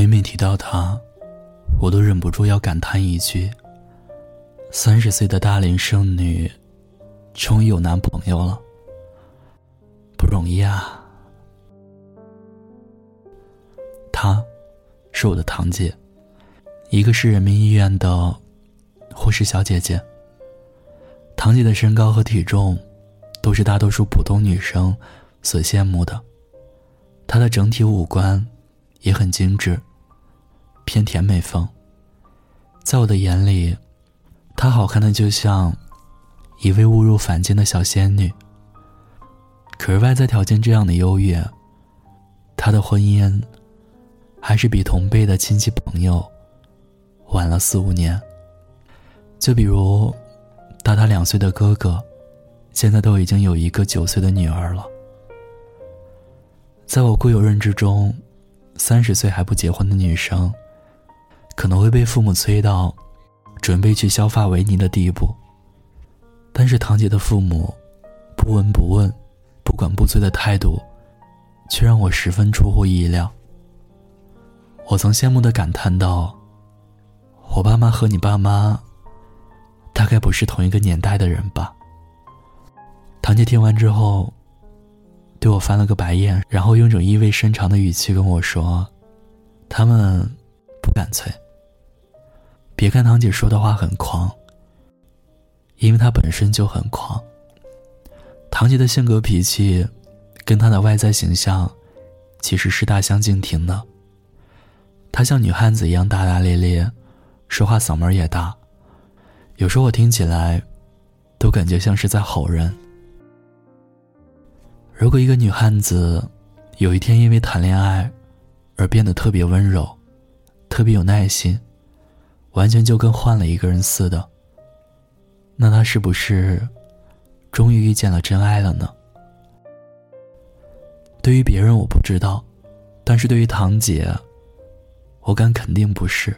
每每提到她，我都忍不住要感叹一句：30岁的大龄剩女终于有男朋友了，不容易啊。她是我的堂姐，一个是人民医院的护士小姐姐。堂姐的身高和体重都是大多数普通女生所羡慕的，她的整体五官也很精致，偏甜美风。在我的眼里，她好看的就像一位误入凡间的小仙女。可是外在条件这样的优越，她的婚姻还是比同辈的亲戚朋友晚了4、5年。就比如大他2岁的哥哥，现在都已经有一个9岁的女儿了。在我固有认知中，30岁还不结婚的女生可能会被父母催到准备去削发为尼的地步，但是堂姐的父母不闻不问、不管不催的态度却让我十分出乎意料。我曾羡慕地感叹道，我爸妈和你爸妈大概不是同一个年代的人吧。堂姐听完之后对我翻了个白眼，然后用种意味深长的语气跟我说，他们不敢催。别看堂姐说的话很狂，因为她本身就很狂。堂姐的性格脾气跟她的外在形象其实是大相径庭的。她像女汉子一样大大咧咧，说话嗓门也大，有时候我听起来都感觉像是在吼人。如果一个女汉子有一天因为谈恋爱而变得特别温柔，特别有耐心，完全就跟换了一个人似的，那她是不是终于遇见了真爱了呢？对于别人我不知道，但是对于堂姐，我敢肯定不是。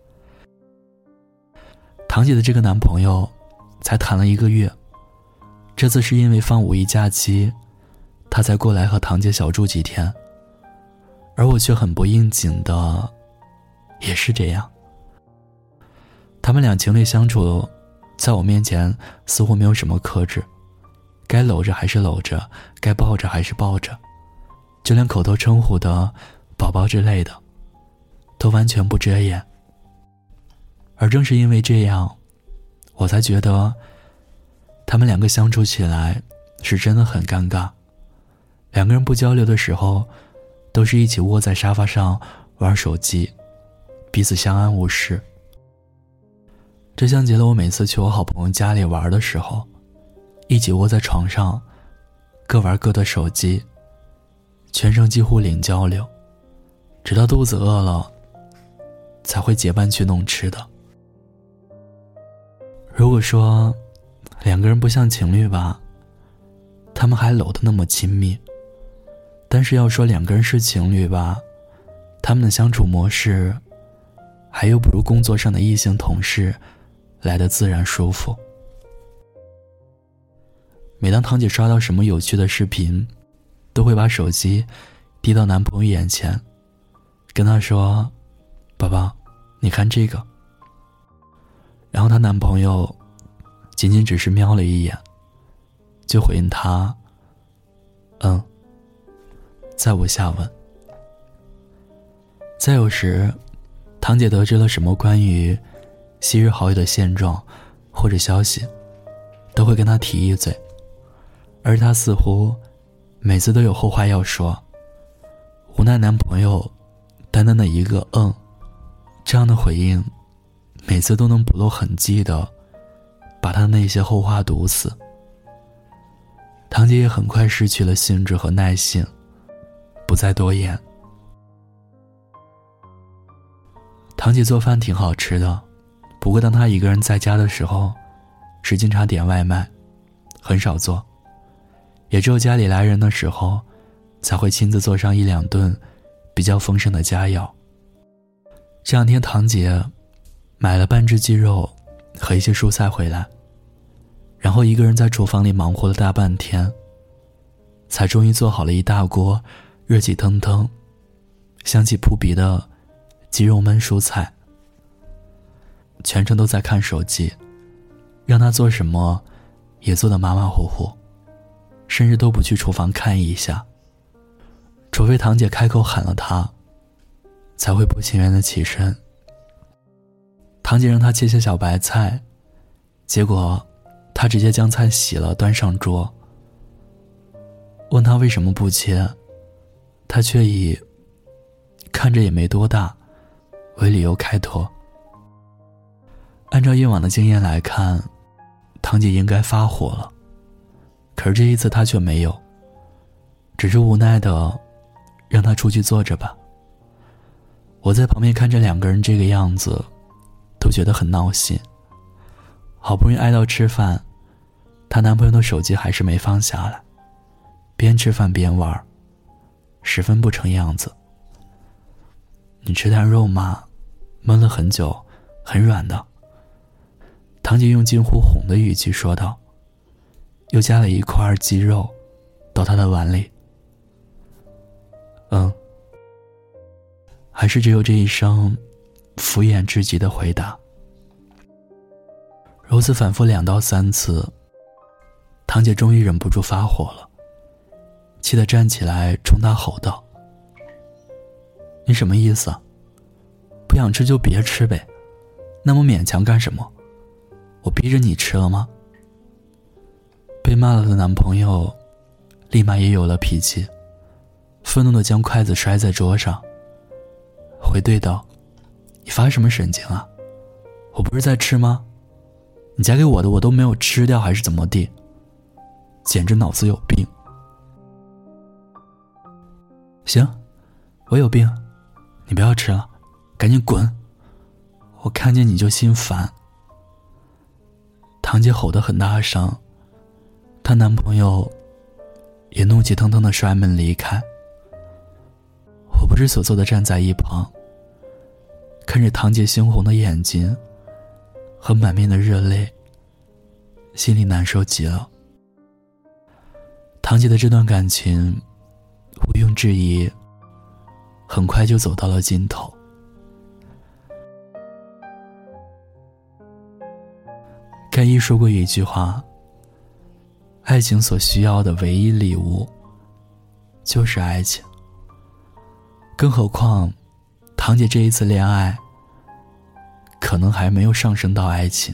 堂姐的这个男朋友才谈了1个月，这次是因为放5一假期，他才过来和堂姐小住几天，而我却很不应景的也是这样。他们俩情侣相处在我面前似乎没有什么克制，该搂着还是搂着，该抱着还是抱着，就连口头称呼的宝宝之类的都完全不遮掩。而正是因为这样，我才觉得他们两个相处起来是真的很尴尬。两个人不交流的时候，都是一起窝在沙发上玩手机，彼此相安无事。这像极了我每次去我好朋友家里玩的时候，一起窝在床上各玩各的手机，全程几乎零交流，直到肚子饿了才会结伴去弄吃的。如果说两个人不像情侣吧，他们还搂得那么亲密，但是要说两个人是情侣吧，他们的相处模式还又不如工作上的异性同事来得自然舒服。每当堂姐刷到什么有趣的视频，都会把手机递到男朋友眼前，跟他说，宝宝你看这个。然后她男朋友仅仅只是瞄了一眼，就回应她再无下文。再有时堂姐得知了什么关于昔日好友的现状或者消息，都会跟他提一嘴，而他似乎每次都有后话要说。无奈男朋友单单的一个这样的回应，每次都能不露痕迹的把他的那些后话堵死。堂姐也很快失去了兴致和耐性，不再多言。堂姐做饭挺好吃的，不过当她一个人在家的时候，是经常点外卖，很少做，也只有家里来人的时候，才会亲自做上1、2顿比较丰盛的佳肴。这2天堂姐买了半只鸡肉和一些蔬菜回来，然后一个人在厨房里忙活了大半天，才终于做好了一大锅热气腾腾、香气扑鼻的鸡肉焖蔬菜，全程都在看手机，让他做什么也做得马马虎虎，甚至都不去厨房看一下，除非堂姐开口喊了他，才会不情愿地起身。堂姐让他切些小白菜，结果他直接将菜洗了端上桌。问他为什么不切，他却以看着也没多大为理由开脱。按照以往的经验来看，堂姐应该发火了，可是这一次她却没有，只是无奈的让她出去坐着吧。我在旁边看着两个人这个样子，都觉得很闹心。好不容易挨到吃饭，她男朋友的手机还是没放下来，边吃饭边玩，十分不成样子。你吃点肉嘛，焖了很久，很软的。堂姐用近乎哄的语气说道，又加了一块鸡肉到她的碗里。还是只有这一声敷衍至极的回答。如此反复2到3次，堂姐终于忍不住发火了，气得站起来冲他吼道，你什么意思啊？不想吃就别吃呗，那么勉强干什么？我逼着你吃了吗？被骂了的男朋友立马也有了脾气，愤怒地将筷子摔在桌上，回怼道，你发什么神经啊？我不是在吃吗？你夹给我的我都没有吃掉还是怎么地？简直脑子有病。行，我有病，你不要吃了，赶紧滚，我看见你就心烦。堂姐吼得很大声，她男朋友也怒气腾腾地摔门离开。我不知所措地站在一旁，看着堂姐猩红的眼睛和满面的热泪，心里难受极了。堂姐的这段感情毋庸置疑很快就走到了尽头。盖伊说过一句话，爱情所需要的唯一礼物就是爱情。更何况堂姐这一次恋爱可能还没有上升到爱情，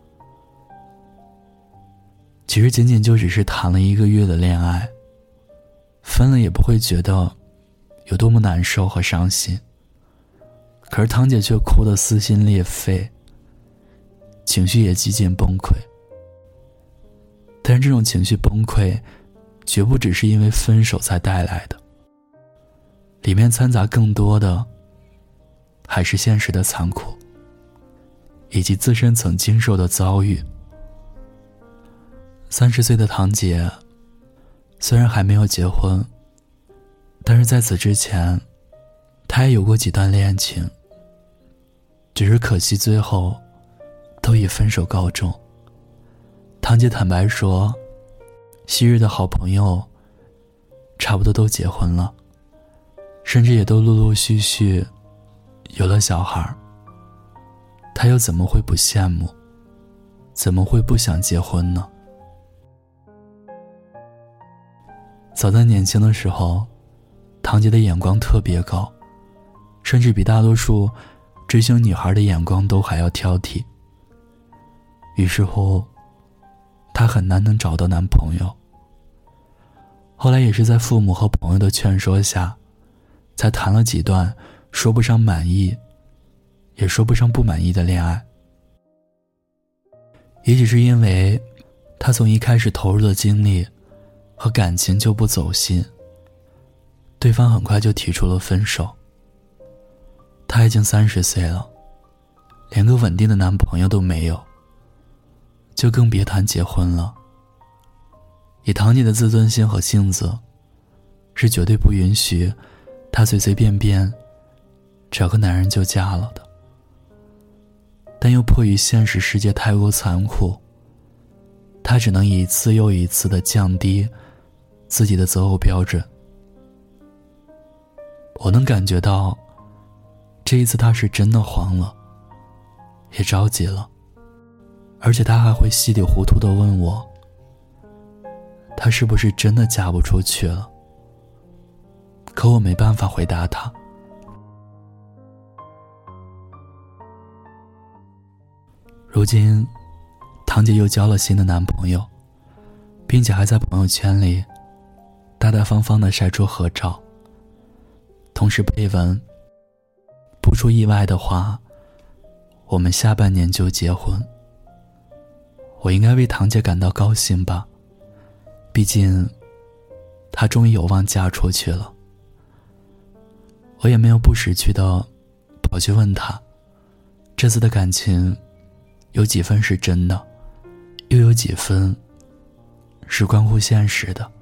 其实仅仅就只是谈了1个月的恋爱，分了也不会觉得有多么难受和伤心，可是堂姐却哭得撕心裂肺，情绪也几近崩溃。但是这种情绪崩溃绝不只是因为分手才带来的，里面掺杂更多的还是现实的残酷，以及自身曾经受的遭遇。30岁的堂姐虽然还没有结婚，但是在此之前她也有过几段恋情，只是可惜最后都以分手告终。堂姐坦白说，昔日的好朋友差不多都结婚了，甚至也都陆陆续续有了小孩，她又怎么会不羡慕，怎么会不想结婚呢？早在年轻的时候，堂姐的眼光特别高，甚至比大多数追星女孩的眼光都还要挑剔。于是乎她很难能找到男朋友，后来也是在父母和朋友的劝说下，才谈了几段说不上满意也说不上不满意的恋爱。也许是因为她从一开始投入的精力和感情就不走心，对方很快就提出了分手。她已经30岁了，连个稳定的男朋友都没有，就更别谈结婚了。以堂姐的自尊心和性子，是绝对不允许她随随便便找个男人就嫁了的。但又迫于现实世界太过残酷，她只能一次又一次地降低自己的择偶标准。我能感觉到这一次他是真的慌了，也着急了，而且他还会稀里糊涂地问我，他是不是真的嫁不出去了？可我没办法回答他。如今堂姐又交了新的男朋友，并且还在朋友圈里大大方方地晒出合照，同时配文，不出意外的话，我们下半年就结婚。我应该为堂姐感到高兴吧，毕竟她终于有望嫁出去了。我也没有不识趣的跑去问她，这次的感情有几分是真的，又有几分是关乎现实的。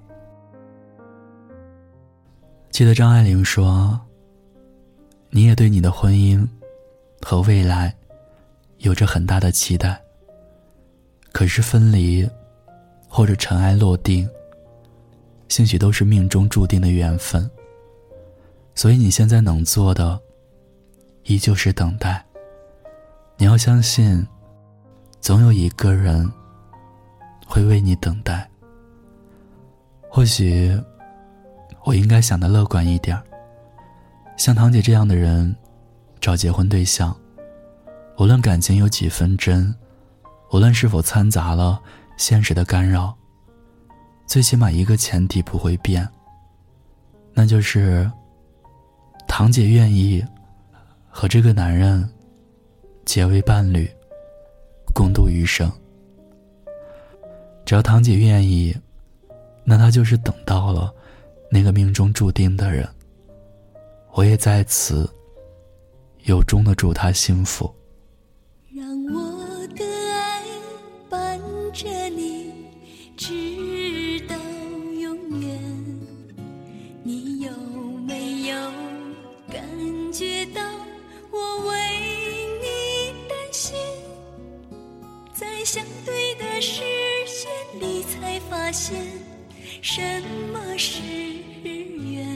记得张爱玲说，你也对你的婚姻和未来有着很大的期待，可是分离或者尘埃落定，兴许都是命中注定的缘分。所以你现在能做的依旧是等待。你要相信，总有一个人会为你等待。或许我应该想得乐观一点，像堂姐这样的人找结婚对象，无论感情有几分真，无论是否掺杂了现实的干扰，最起码一个前提不会变，那就是堂姐愿意和这个男人结为伴侣，共度余生。只要堂姐愿意，那她就是等到了那个命中注定的人。我也在此由衷地祝她幸福。 让我的爱伴着你，直到永远。你有没有感觉到我为你担心？在相对的视线里才发现什么是缘。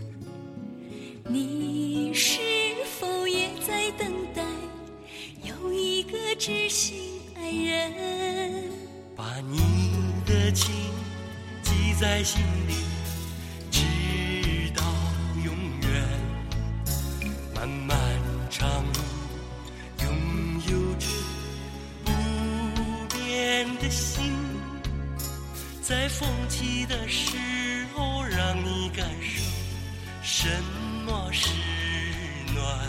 你是否也在等待有一个知心爱人？ 把你的情记在心里，直到永远。漫漫长路，拥有着不变的心，在风起的时候，让你感受什么是暖。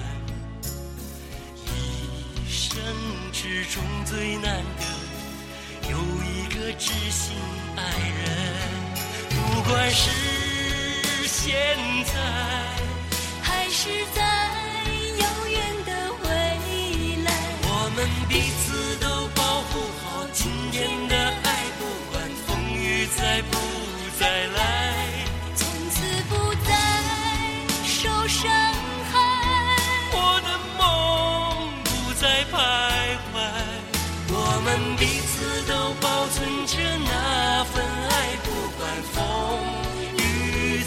一生之中最难得有一个知心爱人，不管是现在还是在遥远的未来， 我们彼此都保护好今天的爱，不管风雨再不再来， 从此不再受伤害。 我的梦不再徘徊，我们彼此都保存着那份爱，不管风雨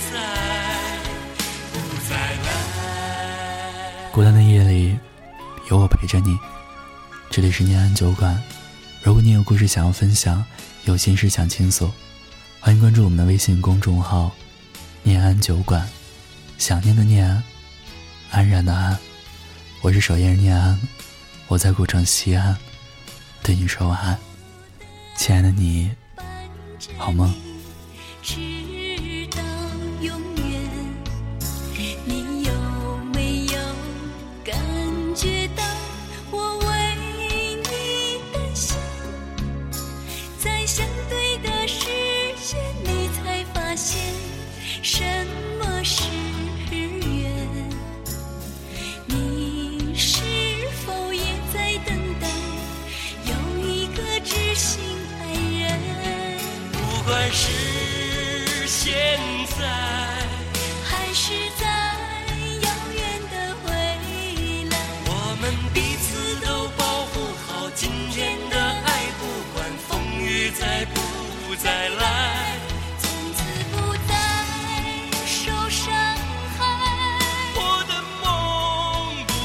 再来。 孤单的夜里有我陪着你，这里是念安酒馆。如果你有故事想要分享，有心事想倾诉，欢迎关注我们的微信公众号念安酒馆，想念的念，安然的安。我是守夜人念安，我在古城西安对你说晚安。亲爱的你，好梦。 直到永远。你有没有感觉到我为你担心？在相对的视线里才发现什么是缘。你是否也在等待有一个知心爱人？ 不管是现在还是在遥远的未来， 我们彼此都保护好今天的爱，不管风雨再不再来， 从此不再受伤害。 我的梦不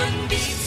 们彼此